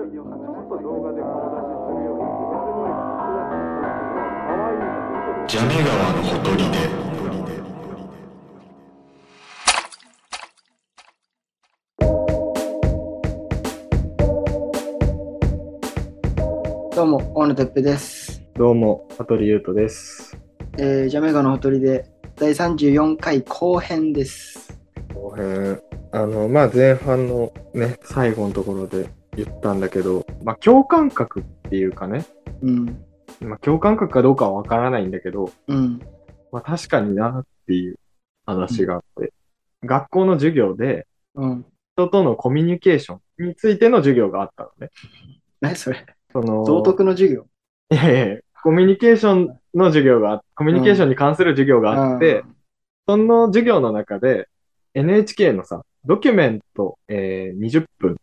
ジャメ川のほとりで。 どうも、大野てっぺです。 どうも、羽鳥優斗です。 ジャメガのほとりで第34回後編です。 後編、前半のね、最後のところで言ったんだけど、共感覚っていうかね、共感覚かどうかはわからないんだけど、確かになっていう話があって、学校の授業で、人とのコミュニケーションについての授業があったのね。 何それ？道徳の授業？ いやいや、コミュニケーションの授業が、コミュニケーションに関する授業があって、その授業の中で NHK のさ、ドキュメント、20分って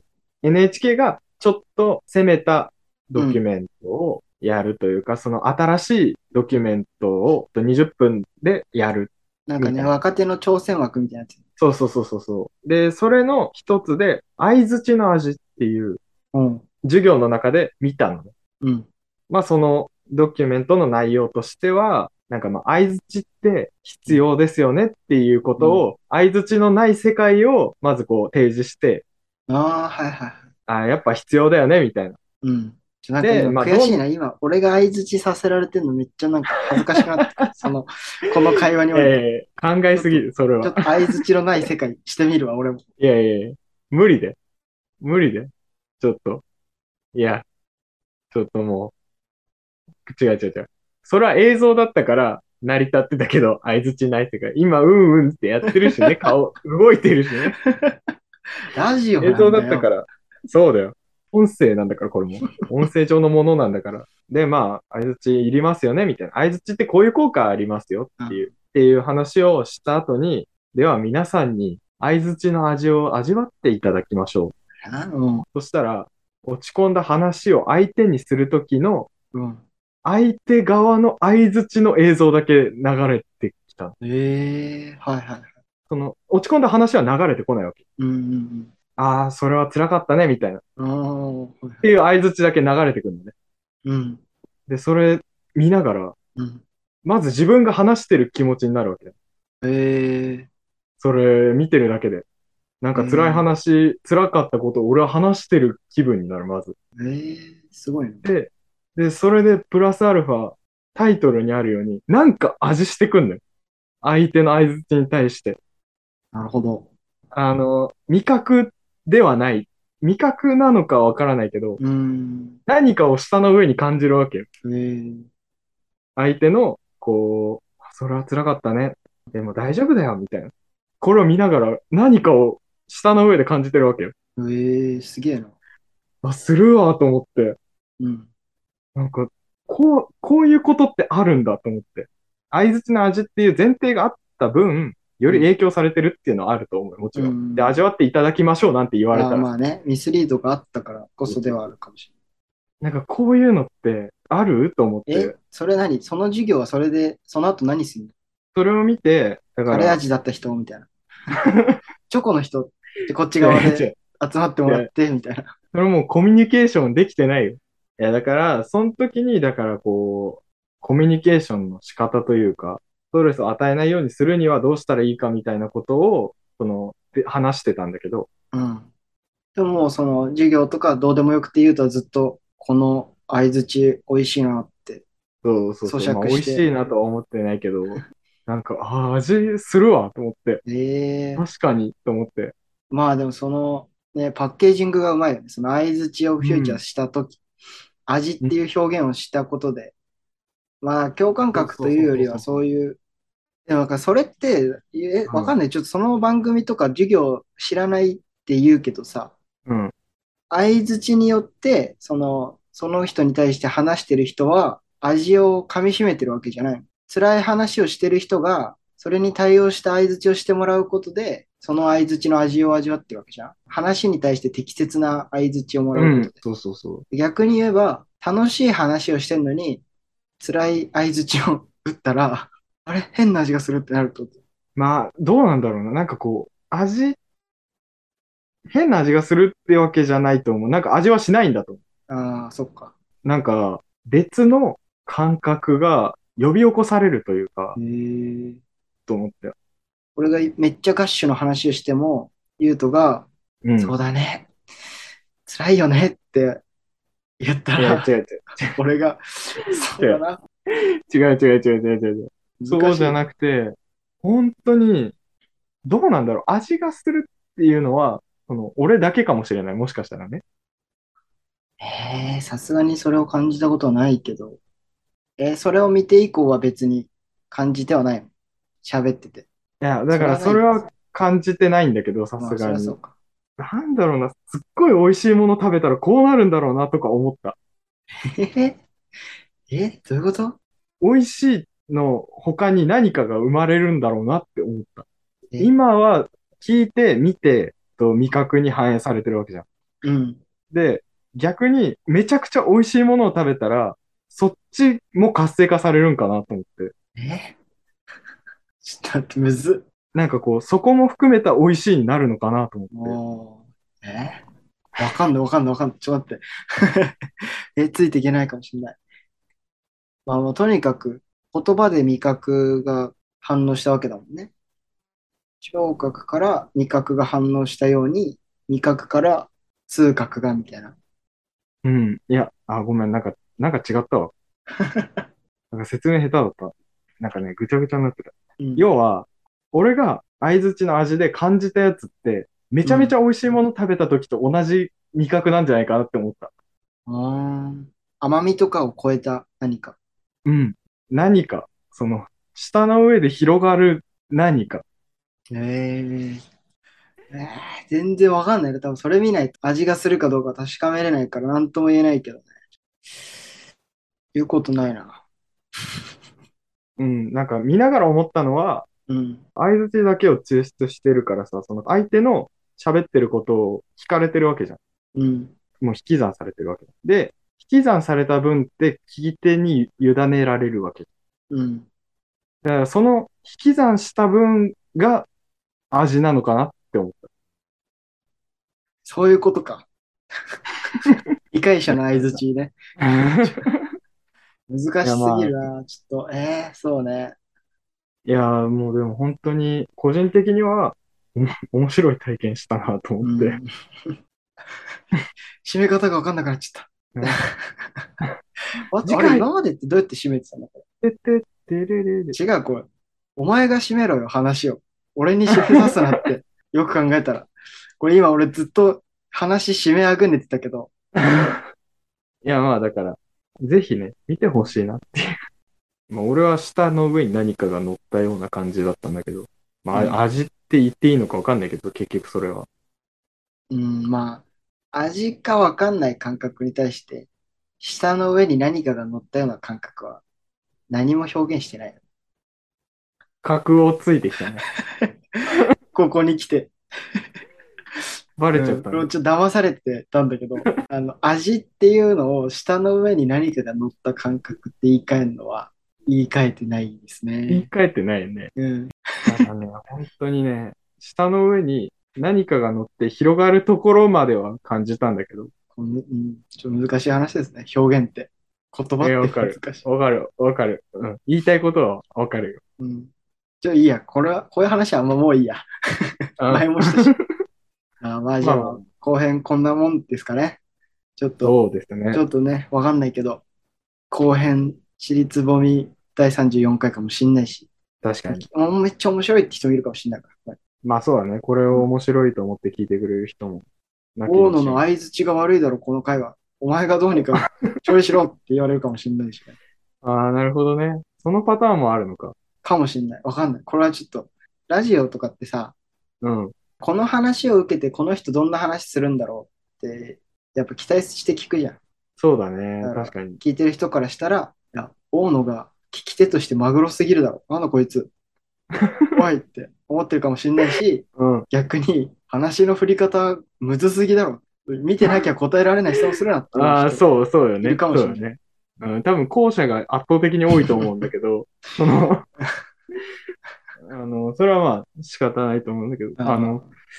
、NHK がちょっと攻めたドキュメントをやるというか、その新しいドキュメントを20分でやる。 なんかね、若手の挑戦枠みたいなやつ。 そう。で、それの一つで、相槌の味っていう授業の中で見たのね。そのドキュメントの内容としては、相槌って必要ですよねっていうことを、相槌のない世界をまずこう提示して、やっぱ必要だよねみたいな。 なんか今悔しいな、今俺が相槌させられてるのめっちゃなんか恥ずかしくなってくる。この会話において。 考えすぎる、それは。 ちょっと相槌のない世界してみるわ、俺も。 いや、無理で。ちょっと。ちょっともう、違う。それは映像だったから成り立ってたけど、相槌ない世界。今、うんってやってるしね、顔、動いてるしね。 ラジオなんだよ。 映像だったから、そうだよ。音声なんだから、これも。音声上のものなんだから。で、相槌いりますよね、みたいな。相槌ってこういう効果ありますよっていう話をした後に、では皆さんに相槌の味を味わっていただきましょう。そしたら、落ち込んだ話を相手にするときの、相手側の相槌の映像だけ流れてきた。その、落ち込んだ話は流れてこないわけ。ああ、それは辛かったね、みたいな。っていう相槌だけ流れてくるのね。で、それ見ながら、まず自分が話してる気持ちになるわけだ。それ見てるだけで。なんか辛い話、辛かったことを俺は話してる気分になる、まず。 すごいね。 で、それでプラスアルファ、タイトルにあるように、なんか味してくんのよ。相手の相槌に対して。 なるほど。 味覚ではない。味覚なのかわからないけど、何かを舌の上に感じるわけよ。相手の、こう、それは辛かったね。でも大丈夫だよ、みたいな。これを見ながら何かを舌の上で感じてるわけよ。 すげえな。 するわ、と思って。なんか、こういうことってあるんだと思って。相槌の味っていう前提があった分、より影響されてるっていうのはあると思う、もちろん。で、味わっていただきましょうなんて言われたら。 ミスリードがあったからこそではあるかもしれない。なんかこういうのってあると思って。 それ何？その授業はそれで、その後何するの？ それを見て、 カレー味だった人みたいな。チョコの人ってこっち側で集まってもらって、みたいな。 それもうコミュニケーションできてないよ。だから、その時に、こう、コミュニケーションの仕方というか、ストレスを与えないようにするにはどうしたらいいかみたいなことを、話してたんだけど。 でも、その授業とかどうでもよくて言うとずっと、この相槌美味しいなって。 そう。美味しいなとは思ってないけど、なんか、味するわと思って。確かにと思って。 でもその、ね、パッケージングがうまいよね。その相槌をフューチャーしたとき、味っていう表現をしたことで、共感覚というよりはそういう、でもなんかそれって、わかんない。ちょっとその番組とか授業知らないって言うけどさ、相槌によって、その人に対して話してる人は味を噛み締めてるわけじゃない。辛い話をしてる人が、それに対応した相槌をしてもらうことで、その相槌の味を味わってるわけじゃん。話に対して適切な相槌をもらうことで。逆に言えば、楽しい話をしてるのに、辛い相槌を打ったら、あれ変な味がするってなると。 どうなんだろうな。なんかこう、味変な味がするってわけじゃないと思う。なんか味はしないんだと思ああ、そっか。 う。なんか、別の感覚が呼び起こされるというか、 へえ。 と思って。 俺がめっちゃガッシュの話をしても、ゆうとが、 うん。 そうだね。辛いよねって言ったいや、違うら、 違う。 俺が、 違う。 そうだな。 違う違う違う違う違う違う。そ難しい。 うじゃなくて、本当に、どうなんだろう。味がするっていうのは、俺だけかもしれない。もしかしたらね。 さすがにそれを感じたことはないけど、それを見て以降は別に感じてはないの。喋ってて。 いや、だからそれはない。 それは感じてないんだけど、さまあ、そすがに。 りゃそうか。 なんだろうな。すっごい美味しいもの食べたらこうなるんだろうなとか思った。 えどういうこと？ 美味しいの他に何かが生まれるんだろうなって思った。 え、 今は聞いて、見て、味覚に反映されてるわけじゃん。 うん。 で、逆にめちゃくちゃ美味しいものを食べたら、そっちも活性化されるんかなと思って。 えちょっと待って、むずっ。 なんかこう、そこも含めた美味しいになるのかなと思って。 もう、わかんないわかんないわかんない。ちょっと待って。ついていけないかもしれない。まあ、もうとにかく、言葉で味覚が反応したわけだもんね。聴覚から味覚が反応したように、味覚から痛覚がみたいな。 うん。いや、ごめん、なんか違ったわ。なんか説明下手だった。なんかね、ぐちゃぐちゃになってた。 うん。 要は、俺が相槌の味で感じたやつって、めちゃめちうん。 ゃ美味しいもの食べた時と同じ味覚なんじゃないかなって思った。 あー、甘みとかを超えた何か。 うん。何か、舌の上で広がる何か。 えー、全然わかんないね。多分それ見ないと味がするかどうか確かめれないから何とも言えないけどね。言うことないな。 うん。なんか見ながら思ったのは、 うん。 相槌だけを抽出してるからさ、その相手の喋ってることを聞かれてるわけじゃん。 うん。 もう引き算されてるわけだ。で、引き算された分って聞き手に委ねられるわけ。 うん。 だからその引き算した分が味なのかなって思った。 そういうことか。理解者の相槌ね。難いや、 しすぎまあ、 るな。ちょっと、そうね。 いや、もうでも本当に、個人的には、面白い体験したなと思って。 うん。締め方がわかんなくなっちゃった。 ねあれ、 次回、 今までってどうやって締めてたの？こてってってれれれ。 れ違う、これ。お前が締めろよ、話を。俺に締めさすなって。よく考えたら。これ今俺ずっと話締めあぐねてたけど、 いや、まあだから、ぜひね、見てほしいなっていう。まあ俺は舌の上に何かが乗ったような感じだったんだけど、まうん。 あ味って言っていいのかわかんないけど、結局それは。 うん、まあ、味かわかんない感覚に対して、舌の上に何かが乗ったような感覚は何も表現してない。 格をついてきたね。 ここに来て。 バレうん、 ちゃったね。 ちょっと騙されてたんだけど、味っていうのを舌の上に何かが乗った感覚って言い換えるのは言い換えてないですね。 言い換えてないよね。 うん。 ただね、本当にね、舌の上に何かが乗って広がるところまでは感じたんだけど。 ちょっと難しい話ですね。表現って。言葉ってわかる。 難しい。 わかる。わかる。うん。言いたいことはわかるよ。 うん。いいや。こういう話はあんまもういいや。 あ前もしたし。まあじゃあ、 まあまあ、 後編こんなもんですかね。ちょっと、 そうですね。 わかんないけど、後編、私立ぼみ第34回かいかもしんないし、 確かに。 めっちゃ面白いって人もいるかもしんないから。 まあそうだね。これうん、 を面白いと思って聞いてくれる人も、なき大野にしも。 の相槌が悪いだろ、この回は。お前がどうにか処理しろって言われるかもしんないしね。 ああ、なるほどね。そのパターンもあるのか。 かもしんない。わかんない。これはちょっと、ラジオとかってさ、 うん。 この話を受けてこの人どんな話するんだろうって、やっぱ期待して聞くじゃん。 そうだね。 だから、 確かに。 聞いてる人からしたら、いや、大野が聞き手としてマグロすぎるだろ。なんだこいつ。怖いって思ってるかもしれないし、 うん。 逆に話の振り方むずすぎだろ。見てなきゃ答えられない質問するなって思うああ、 人そうよいるね。 かもしれない。 そうよね。うん、多分後者が圧倒的に多いと思うんだけど、その、それはまあ仕方ないと思うんだけど、 あ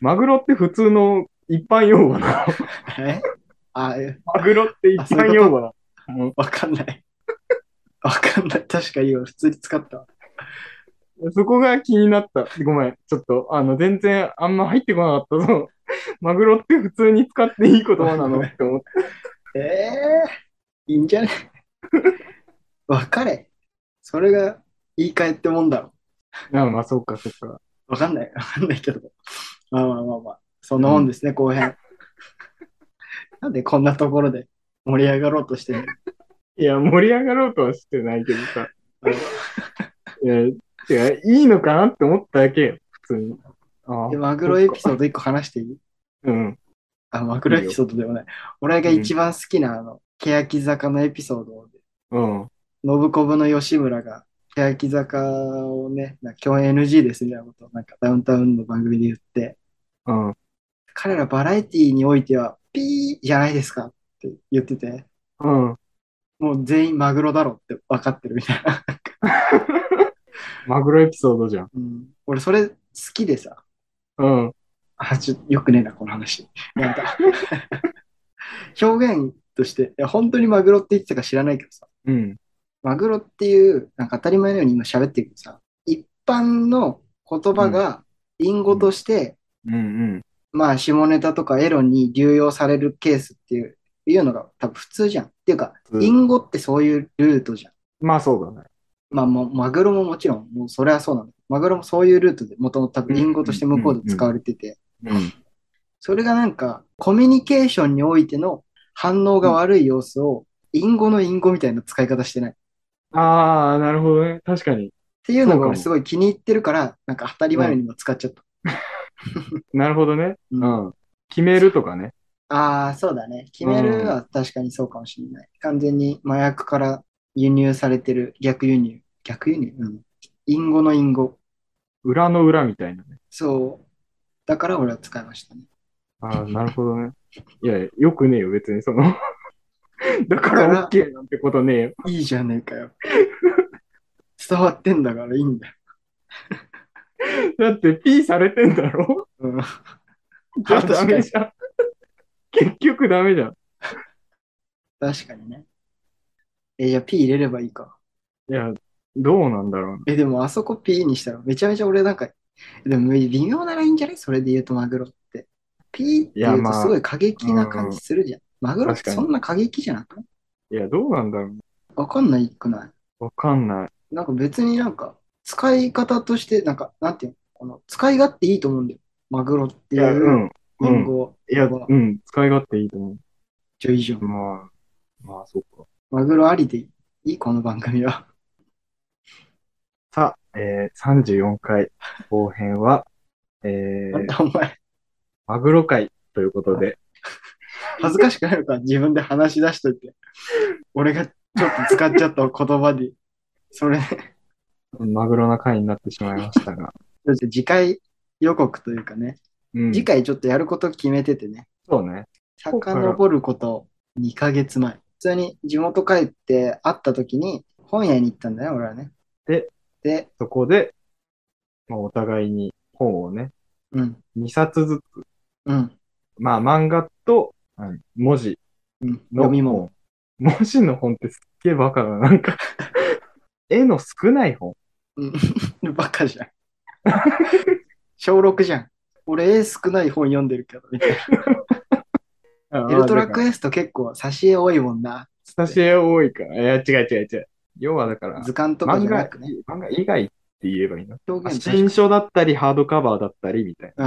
マグロって普通の一般用語なの？ えあ、 マグロって一般用語なの？ わかんない。わかんない。確かに今普通に使ったわ。 そこが気になった。ごめん。ちょっと、全然あんま入ってこなかった。マグロって普通に使っていい言葉なのって思って。 ええいいんじゃね？わかれ。それが言い換えってもんだろ。 まあ、そうか、そうか。 わかんない。わかんないけど。まあまあまあまあ。そんなうん。 もんですね、後編。なんでこんなところで盛り上がろうとしてるいや、盛り上がろうとはしてないけどさ。 の？ いや、いいのかなって思っただけよ、普通に。ああ、 マグロそっか。 エピソード1個話していい？ うん、 マグロエピいいよ。 ソードでもない。俺がうん、 一番好きな欅坂のエピソードで、 うん、 信子部の吉村が、欅坂をね、なんか共演 NG ですみたいなことをなんかダウンタウンの番組で言って、 うん、 彼らバラエティにおいてはピーじゃないですかって言ってて、 うん。 もう全員マグロだろって分かってるみたいな。 マグロエピソードじゃん。 うん、俺それ好きでさ、 うん、 よくねえな、この話。なんか表現として、いや本当にマグロって言ってたか知らないけどさ、 うん、 マグロっていう、なんか当たり前のように今喋ってるけどさ、一般の言うん、 葉が隠語うん、 として、 うん、うん。 まあ下ネタとかエロに流用されるケースっていうのが多分普通じゃん。っていうか、隠語ってそういうルートじゃん。 まあ、そうだね。 まあもうマグロももちろん、もうそれはそうなんだ。マグロもそういうルートで元々多分うん、 隠語としてうん、 向こうで使うん、 われてて、 うん。 それがなんかコミュニケーションにおいての反応が悪い様子を隠語の隠語みたいな使い方してない。 ああ、なるほどね。確かに。 っていうのが俺すそうかも。 ごい気に入ってるから、なんか当たりうん。 前のようにも使っちゃった。 なるほどね。 うん。 うん。決めるとかね。 ああ、そうだね。決うめるん。 は確かにそうかもしれない。完全に麻薬から輸入されてる逆輸入。逆輸入うん。隠語の隠語。 裏の裏みたいなね。 そう。だから俺は使いましたね。 ああ、なるほどね。いや、よくねえよ、別にだからだから、 OK なんてことねえよ。 いいじゃねえかよ。伝わってんだからいいんだよ。 だって P されてんだろ？ うん。 じゃあ確かに。 ダメじゃん。結局ダメじゃん。 確かにね。じゃあ P 入れればいいか。 いや、どうなんだろうな。 でもあそこ P にしたらめちゃめちゃ俺なんか、でも微妙なラインじゃないそれで言うとマグロって。P っていや、 言うとすまあ、 ごい過激な感じうん、 するじゃん。マグロって確かに。 そんな過激じゃなくない？ いや、どうなんだろう。 わかんないくない？ わかんない。 なんか別になんか使い方として、なんか、なんていうの使い勝手いいと思うんだよ。マグロっていや、ういうん、うん。 隠語いや、 は。 うん、使い勝手いいと思じゃあいいじゃう。 ん。 まあ、そっか。 マグロありでいいこの番組は。 さあ、34回後編は、 なんー、 だお前、 マグロ会ということで、 恥ずかしくないのか自分で話し出しといて。俺がちょっと使っちゃった言葉で。それ、 マグロな回になってしまいましたが、 次回予告というかね。次うん、 回ちょっとやること決めててね。 そうね。ここから、 遡ること2ヶ月前。普通に地元帰って会った時に本屋に行ったんだよ、俺はね。 で、 で、 そこで、まあ、お互いに本をね、 うん、 2冊ずつ、 うん、 まあ、漫画と、文字うん、読の本。 み物。 文字の本ってすっげえバカだな。なんか、絵の少ない本。 うん、バカじゃん。小6じゃん。俺絵少ない本読んでるけど、みたいな。エルトラだから、 クエスト結構挿絵多いもんな、つって。 挿絵多いから。いや、違う違う違う。要はだから、 図鑑とか漫画、 じゃなくね。 漫画以外って言えばいいの？ 表現確かに。 新書だったり、ハードカバーだったり、みたいな。 うん。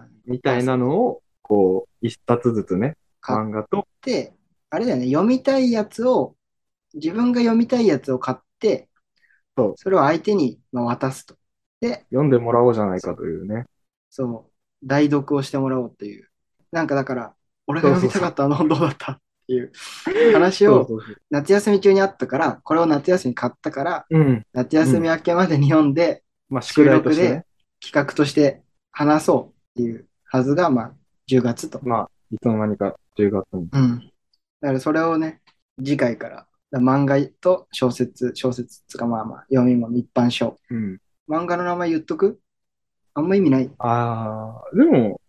みたいなのを、こう、一冊ずつね、 買っ漫画と、 て、あれだよね、読みたいやつを、自分が読みたいやつを買って、 そう、 それを相手に渡すと。で、 読んでもらおうじゃないかそう、 というね。 そう、代読をしてもらおうという。なんかだから、俺が読みたそうそうそう。 かったあの本どうだったっていう話をそうそうそう。 夏休み中にあったから、これを夏休み買ったから、 うん。 夏休みうん。 明けまでに読んで、 まあ、宿収題と録でしてね。 企画として話そうっていうはずが、まあ、10月と。 まあ、いつの間にか10月に。 うん。だからそれをね、次回から、漫画と小説つかまあまあ、読み物、一般書。 うん。 漫画の名前言っとく？あんま意味ない。 ああ、でも、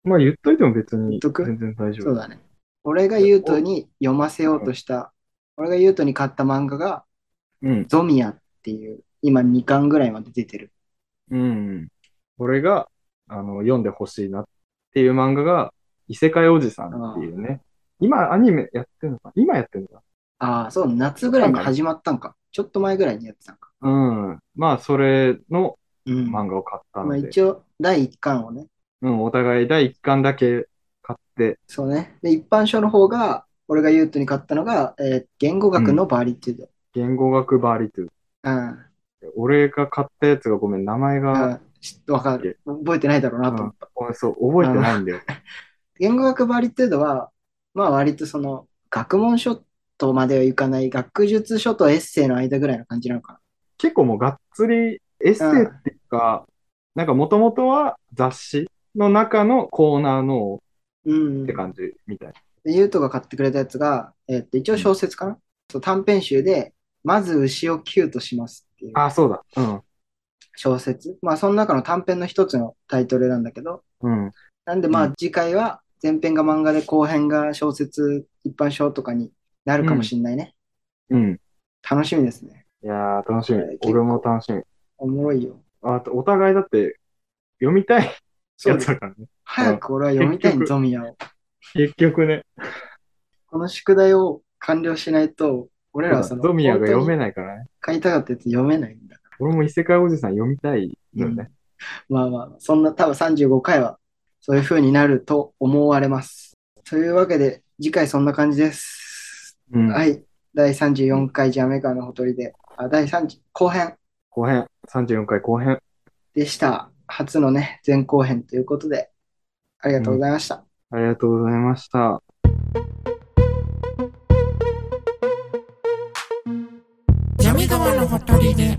まあ言っといても別に言っとく全然大丈夫。 そうだね。俺がユートに読ませようとした、俺がユートに買った漫画が、 うん。 ゾミアっていう、今2巻ぐらいまで出てる。 うん。俺が、読んでほしいなっていう漫画が、異世界おじさんっていうね。今、アニメやってるのか今やってるのかああ、そう、夏ぐらいに始まったんか。ちょっと前ぐらいにやってたんか。 うん。まあ、それのうん。 漫画を買ったまあので、 一応、第1巻をね、 うん、お互い第一巻だけ買って、 そうね。で、一般書の方が、俺がユートに買ったのが、言語学のバリテュード。 言語学バーリトゥ。 うん。 俺が買ったやつがごめん、名前が、 わかる。覚えてないだろうなと思った。 俺そう、覚えてないんだよ。 言語学バリテュードは、まあ割とその、学問書とまではいかない、学術書とエッセイの間ぐらいの感じなのか結構もうがっつりエッセイっていうか、なんかもともとは雑誌の中のコーナーのな。うん。 って感じみたい。 で、ユートが買ってくれたやつが、一応小説かな、そう短編集で、まず牛をキューとしますっていうあ、そうだ。うん。 小説。まあ、その中の短編の一つのタイトルなんだけど、 うん。 なんでまあ、次回は前編が漫画で後編が小説、一般書とかになるかもしんないね。 うん。 楽しみですね。 いやー、楽しみ。 結構俺も楽しみ。 おもろいよ。 あと、お互いだって読みたいそうです。 やつだからね。 早く俺は読みたい結局ゾミヤを。 結局ね、 この宿題を完了しないと、俺らはその、 ゾミヤが読め本当にないからね。 買いたかったやつ読めないんだ。 俺も異世界おじさん読みたいのよね。 まあまあ、そんな多分35回はそういう風になると思われます。というわけで、次回そんな感じです。 うん。 はい。第34回ジャメカのほとりで、第30後編後編、34回後編。 でした。初のね、前後編ということで、ありがとうございました。 ありがとうございました。 ジャミ川のほとりで